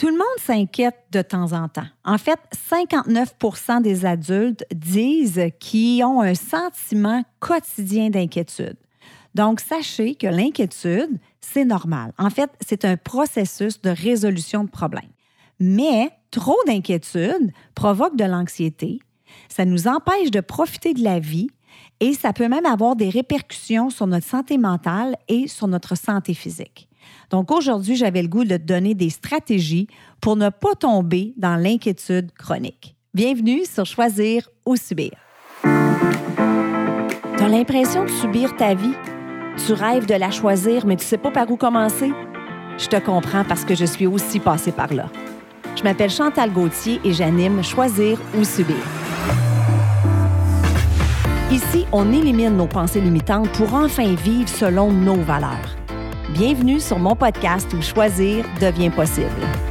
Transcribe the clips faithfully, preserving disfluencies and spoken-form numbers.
Tout le monde s'inquiète de temps en temps. En fait, cinquante-neuf pour cent des adultes disent qu'ils ont un sentiment quotidien d'inquiétude. Donc, sachez que l'inquiétude, c'est normal. En fait, c'est un processus de résolution de problèmes. Mais trop d'inquiétude provoque de l'anxiété, ça nous empêche de profiter de la vie et ça peut même avoir des répercussions sur notre santé mentale et sur notre santé physique. Donc aujourd'hui, j'avais le goût de te donner des stratégies pour ne pas tomber dans l'inquiétude chronique. Bienvenue sur Choisir ou Subir. Tu as l'impression de subir ta vie? Tu rêves de la choisir, mais tu ne sais pas par où commencer? Je te comprends parce que je suis aussi passée par là. Je m'appelle Chantal Gauthier et j'anime Choisir ou Subir. Ici, on élimine nos pensées limitantes pour enfin vivre selon nos valeurs. Bienvenue sur mon podcast où choisir devient possible.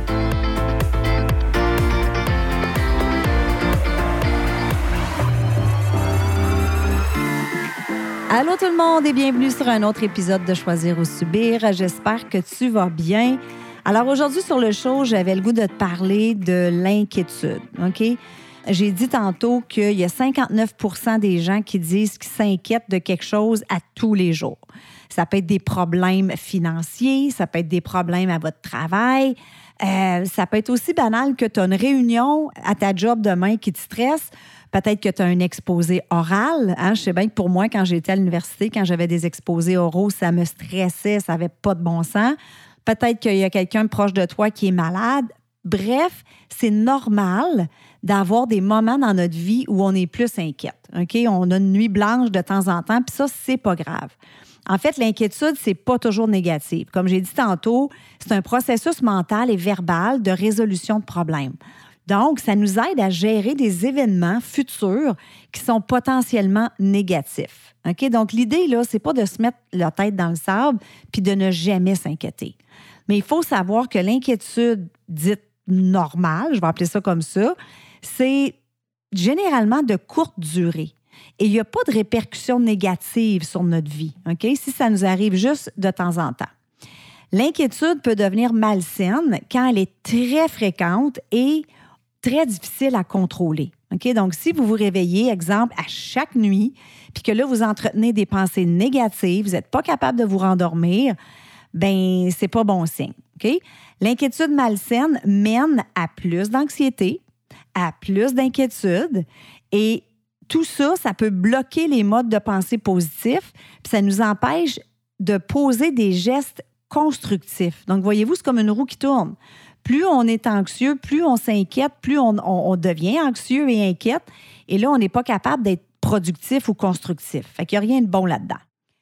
Allô tout le monde et bienvenue sur un autre épisode de Choisir ou Subir. J'espère que tu vas bien. Alors aujourd'hui sur le show, j'avais le goût de te parler de l'inquiétude, OK? J'ai dit tantôt qu'il y a cinquante-neuf pour cent des gens qui disent qu'ils s'inquiètent de quelque chose à tous les jours. Ça peut être des problèmes financiers, ça peut être des problèmes à votre travail. Euh, ça peut être aussi banal que tu as une réunion à ta job demain qui te stresse. Peut-être que tu as un exposé oral. Hein? Je sais bien que pour moi, quand j'étais à l'université, quand j'avais des exposés oraux, ça me stressait, ça n'avait pas de bon sens. Peut-être qu'il y a quelqu'un proche de toi qui est malade. Bref, c'est normal d'avoir des moments dans notre vie où on est plus inquiète. OK? On a une nuit blanche de temps en temps, puis ça, c'est pas grave. En fait, l'inquiétude, c'est pas toujours négatif. Comme j'ai dit tantôt, c'est un processus mental et verbal de résolution de problèmes. Donc, ça nous aide à gérer des événements futurs qui sont potentiellement négatifs. OK? Donc, l'idée, là, c'est pas de se mettre la tête dans le sable puis de ne jamais s'inquiéter. Mais il faut savoir que l'inquiétude dite normale, je vais appeler ça comme ça, c'est généralement de courte durée. Et il n'y a pas de répercussions négatives sur notre vie, OK? Si ça nous arrive juste de temps en temps. L'inquiétude peut devenir malsaine quand elle est très fréquente et très difficile à contrôler. OK? Donc, si vous vous réveillez, exemple, à chaque nuit, puis que là, vous entretenez des pensées négatives, vous n'êtes pas capable de vous rendormir, bien, c'est pas bon signe. OK? L'inquiétude malsaine mène à plus d'anxiété, à plus d'inquiétude et tout ça, ça peut bloquer les modes de pensée positifs, puis ça nous empêche de poser des gestes constructifs. Donc, voyez-vous, c'est comme une roue qui tourne. Plus on est anxieux, plus on s'inquiète, plus on, on, on devient anxieux et inquiète. Et là, on n'est pas capable d'être productif ou constructif. Fait qu'il n'y a rien de bon là-dedans.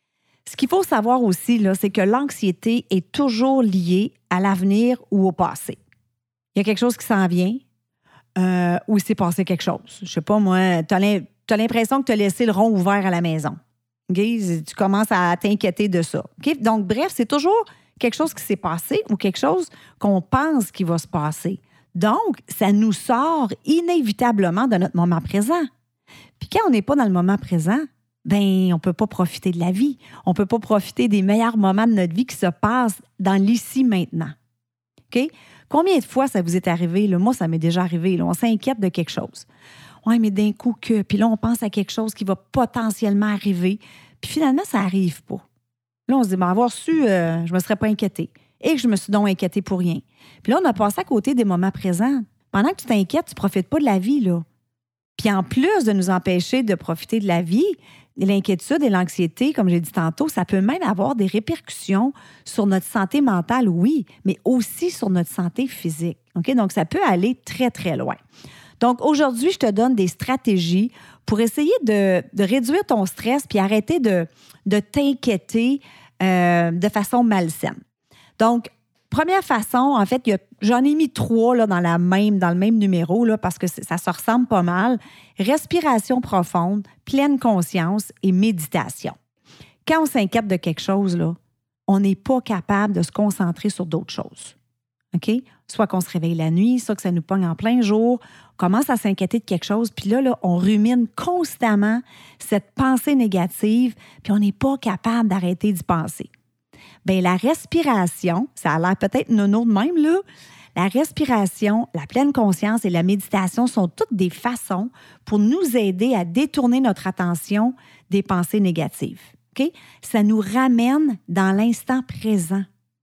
Ce qu'il faut savoir aussi, là, c'est que l'anxiété est toujours liée à l'avenir ou au passé. Il y a quelque chose qui s'en vient euh, ou il s'est passé quelque chose. Je sais pas, moi, tu as l'impression que tu as laissé le rond ouvert à la maison. Okay? Tu commences à t'inquiéter de ça. Okay? Donc, bref, c'est toujours quelque chose qui s'est passé ou quelque chose qu'on pense qui va se passer. Donc, ça nous sort inévitablement de notre moment présent. Puis quand on n'est pas dans le moment présent, ben on ne peut pas profiter de la vie. On ne peut pas profiter des meilleurs moments de notre vie qui se passent dans l'ici maintenant. OK? Combien de fois ça vous est arrivé? Là? Moi, ça m'est déjà arrivé. Là. On s'inquiète de quelque chose. Oui, mais d'un coup que... Puis là, on pense à quelque chose qui va potentiellement arriver. Puis finalement, ça n'arrive pas. Là, on se dit, ben, avoir su, euh, je ne me serais pas inquiétée. Et que je me suis donc inquiétée pour rien. Puis là, on a passé à côté des moments présents. Pendant que tu t'inquiètes, tu ne profites pas de la vie, là. Puis en plus de nous empêcher de profiter de la vie, l'inquiétude et l'anxiété, comme j'ai dit tantôt, ça peut même avoir des répercussions sur notre santé mentale, oui, mais aussi sur notre santé physique. OK? Donc, ça peut aller très, très loin. Donc, aujourd'hui, je te donne des stratégies pour essayer de, de réduire ton stress puis arrêter de, de t'inquiéter euh, de façon malsaine. Donc, première façon, en fait, il y a, j'en ai mis trois là, dans, la même, dans le même numéro là, parce que ça se ressemble pas mal. Respiration profonde, pleine conscience et méditation. Quand on s'inquiète de quelque chose, là, on n'est pas capable de se concentrer sur d'autres choses. OK? Soit qu'on se réveille la nuit, soit que ça nous pogne en plein jour, on commence à s'inquiéter de quelque chose, puis là, là, on rumine constamment cette pensée négative, puis on n'est pas capable d'arrêter d'y penser. Bien, la respiration, ça a l'air peut-être nono de même, là. La respiration, la pleine conscience et la méditation sont toutes des façons pour nous aider à détourner notre attention des pensées négatives. Okay? Ça nous ramène dans l'instant présent.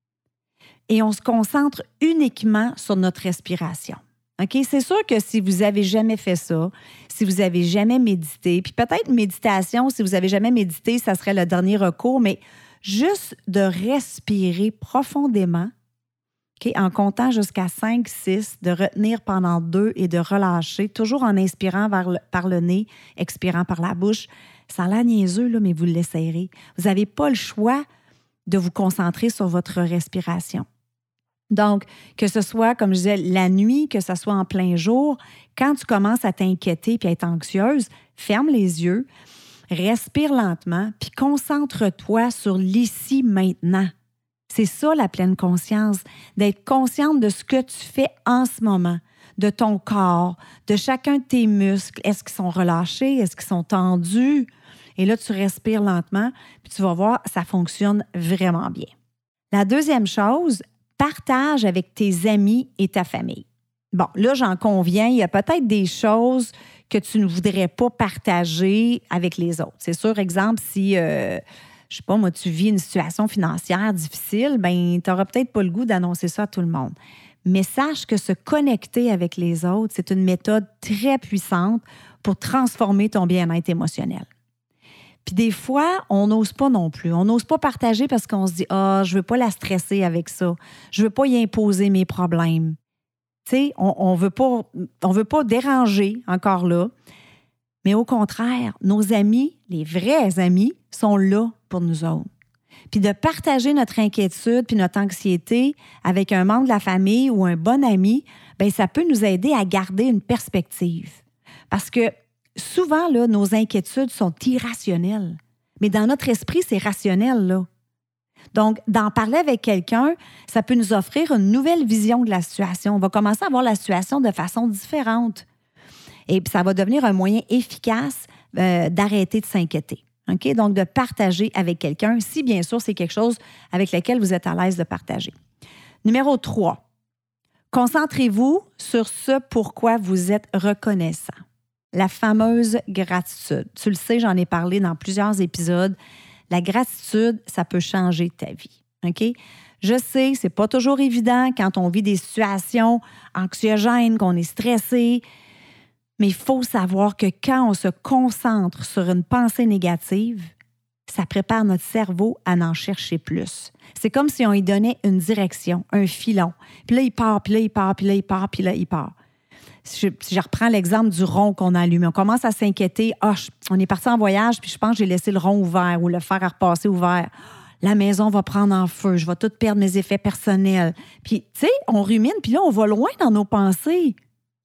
Et on se concentre uniquement sur notre respiration. Okay? C'est sûr que si vous n'avez jamais fait ça, si vous n'avez jamais médité, puis peut-être méditation, si vous n'avez jamais médité, ça serait le dernier recours, mais juste de respirer profondément, okay, en comptant jusqu'à cinq, six, de retenir pendant deux et de relâcher, toujours en inspirant vers le, par le nez, expirant par la bouche. Ça a l'air niaiseux, là, mais vous l'essayerez. Vous n'avez pas le choix de vous concentrer sur votre respiration. Donc, que ce soit, comme je disais, la nuit, que ce soit en plein jour, quand tu commences à t'inquiéter et à être anxieuse, ferme les yeux, respire lentement, puis concentre-toi sur l'ici maintenant. C'est ça la pleine conscience, d'être consciente de ce que tu fais en ce moment, de ton corps, de chacun de tes muscles. Est-ce qu'ils sont relâchés? Est-ce qu'ils sont tendus? Et là, tu respires lentement, puis tu vas voir, ça fonctionne vraiment bien. La deuxième chose, partage avec tes amis et ta famille. Bon, là, j'en conviens, il y a peut-être des choses que tu ne voudrais pas partager avec les autres. C'est sûr, exemple, si, euh, je sais pas, moi, tu vis une situation financière difficile, bien, tu n'auras peut-être pas le goût d'annoncer ça à tout le monde. Mais sache que se connecter avec les autres, c'est une méthode très puissante pour transformer ton bien-être émotionnel. Puis des fois, on n'ose pas non plus. On n'ose pas partager parce qu'on se dit « Ah, je ne veux pas la stresser avec ça. Je ne veux pas y imposer mes problèmes. » Tu sais, on ne veut pas, on veut pas déranger encore là. Mais au contraire, nos amis, les vrais amis, sont là pour nous autres. Puis de partager notre inquiétude puis notre anxiété avec un membre de la famille ou un bon ami, bien, ça peut nous aider à garder une perspective. Parce que souvent, là, nos inquiétudes sont irrationnelles. Mais dans notre esprit, c'est rationnel, là. Donc, d'en parler avec quelqu'un, ça peut nous offrir une nouvelle vision de la situation. On va commencer à voir la situation de façon différente. Et puis, ça va devenir un moyen efficace euh, d'arrêter de s'inquiéter. Okay? Donc, de partager avec quelqu'un, si bien sûr, c'est quelque chose avec lequel vous êtes à l'aise de partager. Numéro trois, concentrez-vous sur ce pourquoi vous êtes reconnaissant. La fameuse gratitude. Tu le sais, j'en ai parlé dans plusieurs épisodes. La gratitude, ça peut changer ta vie. OK? Je sais, c'est pas toujours évident quand on vit des situations anxiogènes, qu'on est stressé, mais il faut savoir que quand on se concentre sur une pensée négative, ça prépare notre cerveau à en chercher plus. C'est comme si on lui donnait une direction, un filon. Puis là, il part, puis là, il part, puis là, il part, puis là, il part. Si je, si je reprends l'exemple du rond qu'on a allumé, on commence à s'inquiéter. Ah, oh, on est parti en voyage, puis je pense que j'ai laissé le rond ouvert ou le fer à repasser ouvert. La maison va prendre en feu, je vais tout perdre mes effets personnels. Puis, tu sais, on rumine, puis là, on va loin dans nos pensées.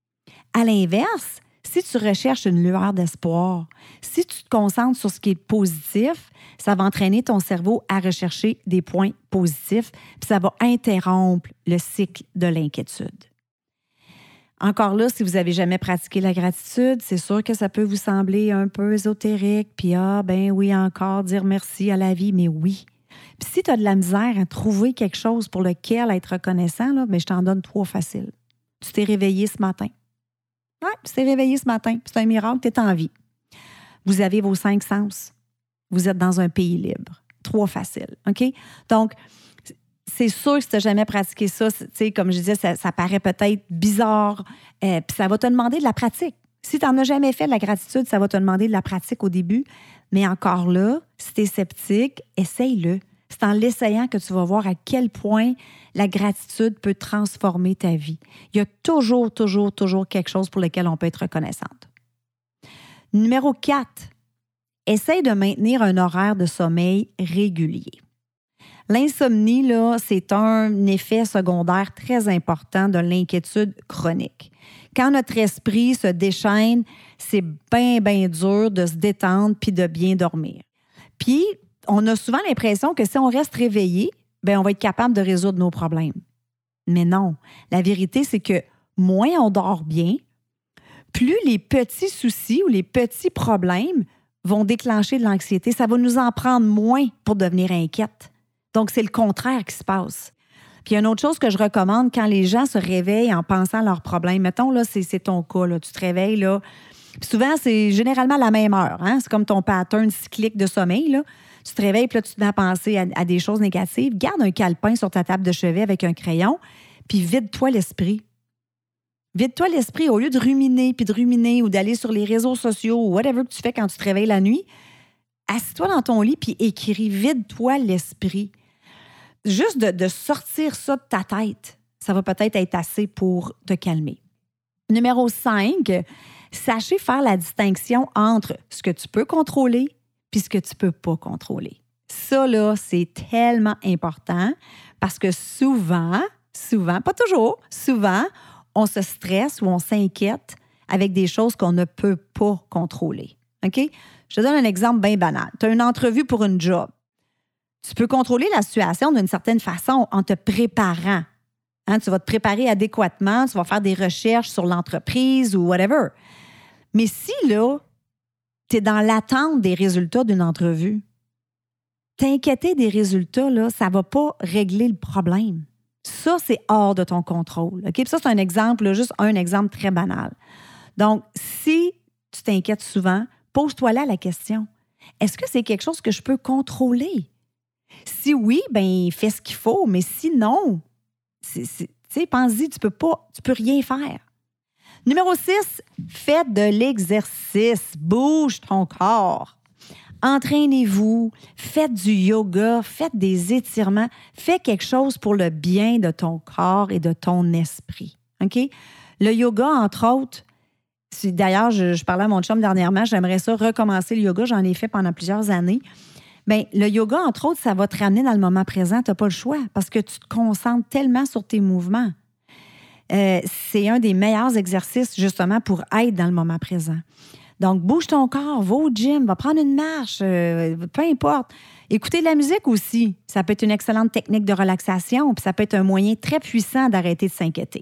À l'inverse, si tu recherches une lueur d'espoir, si tu te concentres sur ce qui est positif, ça va entraîner ton cerveau à rechercher des points positifs, puis ça va interrompre le cycle de l'inquiétude. Encore là, si vous n'avez jamais pratiqué la gratitude, c'est sûr que ça peut vous sembler un peu ésotérique, puis ah, ben oui, encore dire merci à la vie, mais oui. Puis si tu as de la misère à trouver quelque chose pour lequel être reconnaissant, là, ben je t'en donne trois faciles. Tu t'es réveillé ce matin. Oui, tu t'es réveillé ce matin. C'est un miracle, tu es en vie. Vous avez vos cinq sens. Vous êtes dans un pays libre. Trois faciles, OK? Donc, c'est sûr que si tu n'as jamais pratiqué ça, tu sais, comme je disais, ça, ça paraît peut-être bizarre, euh, puis ça va te demander de la pratique. Si tu n'en as jamais fait de la gratitude, ça va te demander de la pratique au début. Mais encore là, si tu es sceptique, essaye-le. C'est en l'essayant que tu vas voir à quel point la gratitude peut transformer ta vie. Il y a toujours, toujours, toujours quelque chose pour lequel on peut être reconnaissante. Numéro quatre, essaye de maintenir un horaire de sommeil régulier. L'insomnie, là, c'est un effet secondaire très important de l'inquiétude chronique. Quand notre esprit se déchaîne, c'est bien, bien dur de se détendre puis de bien dormir. Puis, on a souvent l'impression que si on reste réveillé, bien, on va être capable de résoudre nos problèmes. Mais non, la vérité, c'est que moins on dort bien, plus les petits soucis ou les petits problèmes vont déclencher de l'anxiété. Ça va nous en prendre moins pour devenir inquiète. Donc, c'est le contraire qui se passe. Puis, il y a une autre chose que je recommande quand les gens se réveillent en pensant à leurs problèmes. Mettons, là, c'est, c'est ton cas, là, tu te réveilles, là. Puis souvent, c'est généralement à la même heure. Hein? C'est comme ton pattern cyclique de sommeil, là. Tu te réveilles, puis là, tu te mets à penser à, à des choses négatives. Garde un calepin sur ta table de chevet avec un crayon, puis vide-toi l'esprit. Vide-toi l'esprit au lieu de ruminer, puis de ruminer ou d'aller sur les réseaux sociaux ou whatever que tu fais quand tu te réveilles la nuit. Assis-toi dans ton lit, puis écris. Vide-toi l'esprit. Juste de, de sortir ça de ta tête, ça va peut-être être assez pour te calmer. Numéro cinq, sachez faire la distinction entre ce que tu peux contrôler puis ce que tu ne peux pas contrôler. Ça, là, c'est tellement important parce que souvent, souvent, pas toujours, souvent, on se stresse ou on s'inquiète avec des choses qu'on ne peut pas contrôler. OK? Je te donne un exemple bien banal. Tu as une entrevue pour une job. Tu peux contrôler la situation d'une certaine façon en te préparant. Hein, tu vas te préparer adéquatement, tu vas faire des recherches sur l'entreprise ou whatever. Mais si, là, tu es dans l'attente des résultats d'une entrevue, t'inquiéter des résultats, là, ça ne va pas régler le problème. Ça, c'est hors de ton contrôle. OK? Puis ça, c'est un exemple, là, juste un exemple très banal. Donc, si tu t'inquiètes souvent, pose-toi là la question. Est-ce que c'est quelque chose que je peux contrôler? Si oui, bien, fais ce qu'il faut. Mais sinon, tu sais, pense-y, tu peux pas, tu peux rien faire. Numéro six, fais de l'exercice. Bouge ton corps. Entraînez-vous, faites du yoga, faites des étirements, fais quelque chose pour le bien de ton corps et de ton esprit. OK? Le yoga, entre autres, c'est, d'ailleurs, je, je parlais à mon chum dernièrement, j'aimerais ça recommencer le yoga, j'en ai fait pendant plusieurs années. Bien, le yoga, entre autres, ça va te ramener dans le moment présent, tu n'as pas le choix parce que tu te concentres tellement sur tes mouvements. Euh, c'est un des meilleurs exercices, justement, pour être dans le moment présent. Donc, bouge ton corps, va au gym, va prendre une marche, euh, peu importe. Écouter de la musique aussi, ça peut être une excellente technique de relaxation, puis ça peut être un moyen très puissant d'arrêter de s'inquiéter.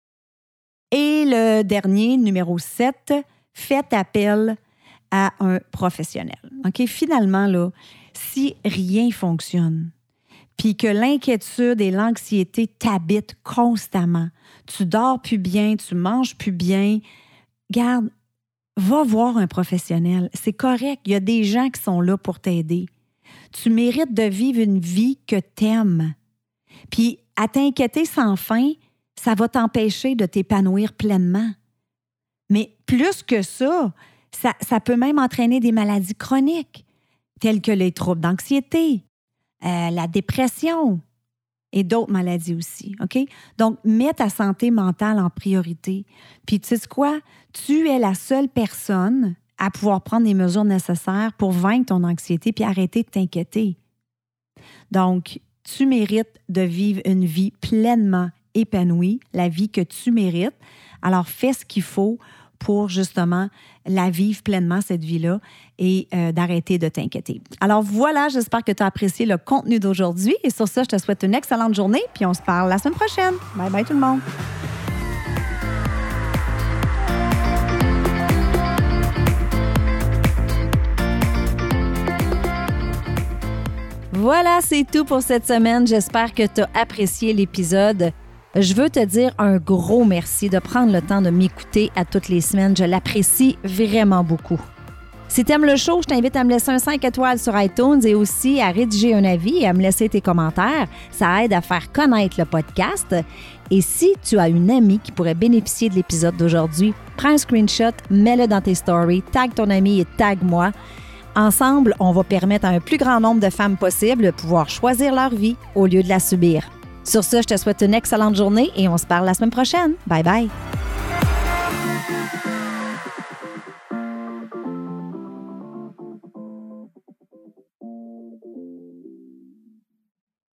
Et le dernier, numéro sept, faites appel à un professionnel. OK? Finalement, là, si rien fonctionne, puis que l'inquiétude et l'anxiété t'habitent constamment, tu dors plus bien, tu manges plus bien, garde, va voir un professionnel. C'est correct. Il y a des gens qui sont là pour t'aider. Tu mérites de vivre une vie que t'aimes. Puis, à t'inquiéter sans fin, ça va t'empêcher de t'épanouir pleinement. Mais plus que ça, ça, ça peut même entraîner des maladies chroniques, telles que les troubles d'anxiété, euh, la dépression et d'autres maladies aussi, OK? Donc, mets ta santé mentale en priorité. Puis, tu sais quoi? Tu es la seule personne à pouvoir prendre les mesures nécessaires pour vaincre ton anxiété puis arrêter de t'inquiéter. Donc, tu mérites de vivre une vie pleinement épanouie, la vie que tu mérites. Alors, fais ce qu'il faut pour justement la vivre pleinement, cette vie-là, et euh, d'arrêter de t'inquiéter. Alors voilà, j'espère que tu as apprécié le contenu d'aujourd'hui. Et sur ça, je te souhaite une excellente journée, puis on se parle la semaine prochaine. Bye bye tout le monde! Voilà, c'est tout pour cette semaine. J'espère que tu as apprécié l'épisode. Je veux te dire un gros merci de prendre le temps de m'écouter à toutes les semaines. Je l'apprécie vraiment beaucoup. Si tu aimes le show, je t'invite à me laisser un cinq étoiles sur iTunes et aussi à rédiger un avis et à me laisser tes commentaires. Ça aide à faire connaître le podcast. Et si tu as une amie qui pourrait bénéficier de l'épisode d'aujourd'hui, prends un screenshot, mets-le dans tes stories, tag ton ami et tag moi. Ensemble, on va permettre à un plus grand nombre de femmes possible de pouvoir choisir leur vie au lieu de la subir. Sur ce, je te souhaite une excellente journée et on se parle la semaine prochaine. Bye bye!